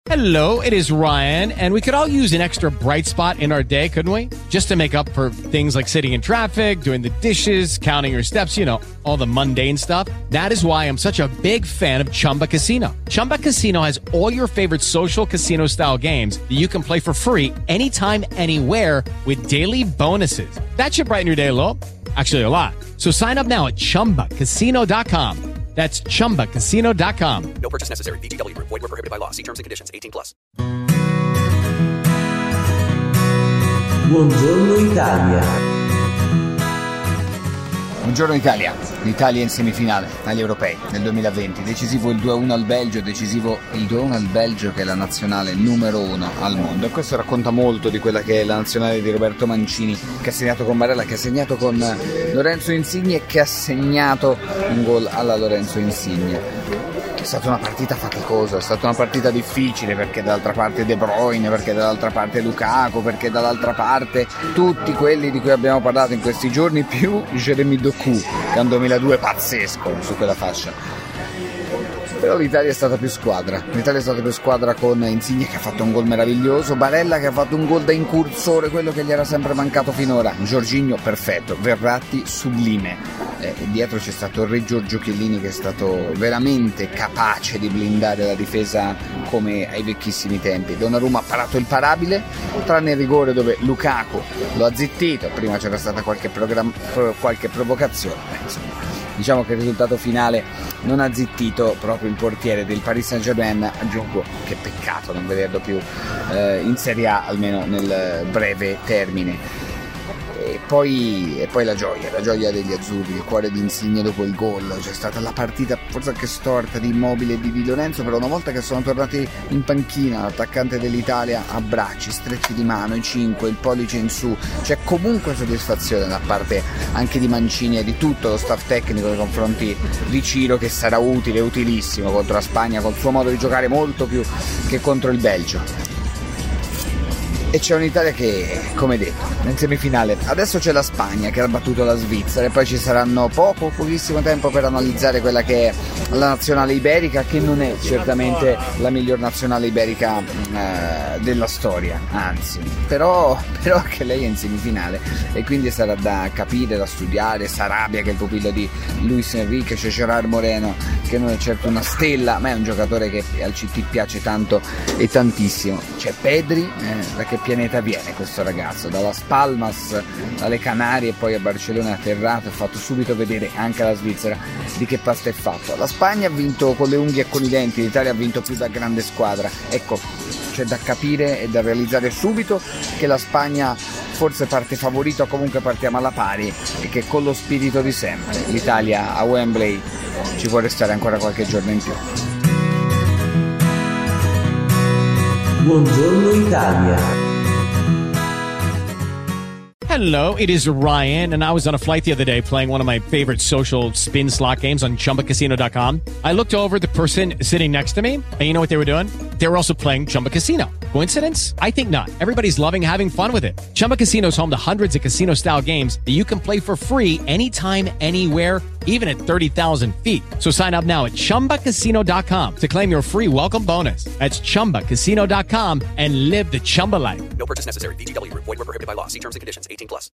Hello, it is Ryan, and we could all use an extra bright spot in our day, couldn't we? Just to make up for things like sitting in traffic, doing the dishes, counting your steps, you know, all the mundane stuff. That is why I'm such a big fan of Chumba Casino. Chumba Casino has all your favorite social casino-style games that you can play for free anytime, anywhere with daily bonuses. That should brighten your day a little. Actually, a lot. So sign up now at ChumbaCasino.com. That's ChumbaCasino.com. No purchase necessary. VGW Group. Void where prohibited by law. See terms and conditions. 18+. Buongiorno Italia. Buongiorno Italia, l'Italia in semifinale agli europei nel 2020, decisivo il 2-1 al Belgio, decisivo il 2-1 al Belgio che è la nazionale numero 1 al mondo, e questo racconta molto di quella che è la nazionale di Roberto Mancini, che ha segnato con Barella, che ha segnato con Lorenzo Insigne e che ha segnato un gol alla Lorenzo Insigne. È stata una partita faticosa, è stata una partita difficile, perché dall'altra parte De Bruyne, perché dall'altra parte Lukaku, perché dall'altra parte tutti quelli di cui abbiamo parlato in questi giorni, più Jeremy Doku, che è un 2002 pazzesco su quella fascia. Però l'Italia è stata più squadra, con Insigne che ha fatto un gol meraviglioso, Barella che ha fatto un gol da incursore, quello che gli era sempre mancato finora, Jorginho perfetto, Verratti sublime. Dietro c'è stato il re Giorgio Chiellini, che è stato veramente capace di blindare la difesa come ai vecchissimi tempi. Donnarumma ha parato il parabile, tranne il rigore dove Lukaku lo ha zittito, prima c'era stata qualche provocazione, insomma. Diciamo che il risultato finale non ha zittito proprio il portiere del Paris Saint-Germain. Aggiungo che peccato non vederlo più in Serie A, almeno nel breve termine. E poi la gioia degli azzurri, il cuore di Insigne dopo il gol. C'è stata la partita forse anche storta di Immobile e di Di Lorenzo, però una volta che sono tornati in panchina, l'attaccante dell'Italia, abbracci stretti di mano, i 5, il pollice in su, c'è comunque soddisfazione da parte anche di Mancini e di tutto lo staff tecnico nei confronti di Ciro, che sarà utilissimo contro la Spagna, col suo modo di giocare molto più che contro il Belgio. E c'è un'Italia che, come detto, in semifinale. Adesso c'è la Spagna che ha battuto la Svizzera, e poi ci saranno pochissimo tempo per analizzare quella che è la nazionale iberica, che non è certamente la miglior nazionale iberica della storia, anzi, però anche lei è in semifinale, e quindi sarà da capire, da studiare. Sarabia, che è il pupillo di Luis Enrique, c'è Gerard Moreno, che non è certo una stella, ma è un giocatore che al CT piace tanto e tantissimo. C'è Pedri, da che pianeta viene questo ragazzo? Da Las Palmas, dalle Canarie, e poi a Barcellona è atterrato, ha fatto subito vedere anche alla Svizzera di che pasta è fatto. La Spagna ha vinto con le unghie e con i denti, l'Italia ha vinto più da grande squadra. Ecco, c'è da capire e da realizzare subito che la Spagna forse parte favorita, o comunque partiamo alla pari, e che con lo spirito di sempre l'Italia a Wembley ci può restare ancora qualche giorno in più. Buongiorno Italia. Hello, it is Ryan, and I was on a flight the other day playing one of my favorite social spin slot games on ChumbaCasino.com. I looked over at the person sitting next to me, and you know what they were doing? They were also playing Chumba Casino. Coincidence? I think not. Everybody's loving having fun with it. Chumba Casino is home to hundreds of casino-style games that you can play for free anytime, anywhere, even at 30,000 feet. So sign up now at ChumbaCasino.com to claim your free welcome bonus. That's ChumbaCasino.com and live the Chumba life. No purchase necessary. VGW Group. Void where prohibited by law. See terms and conditions. 18+.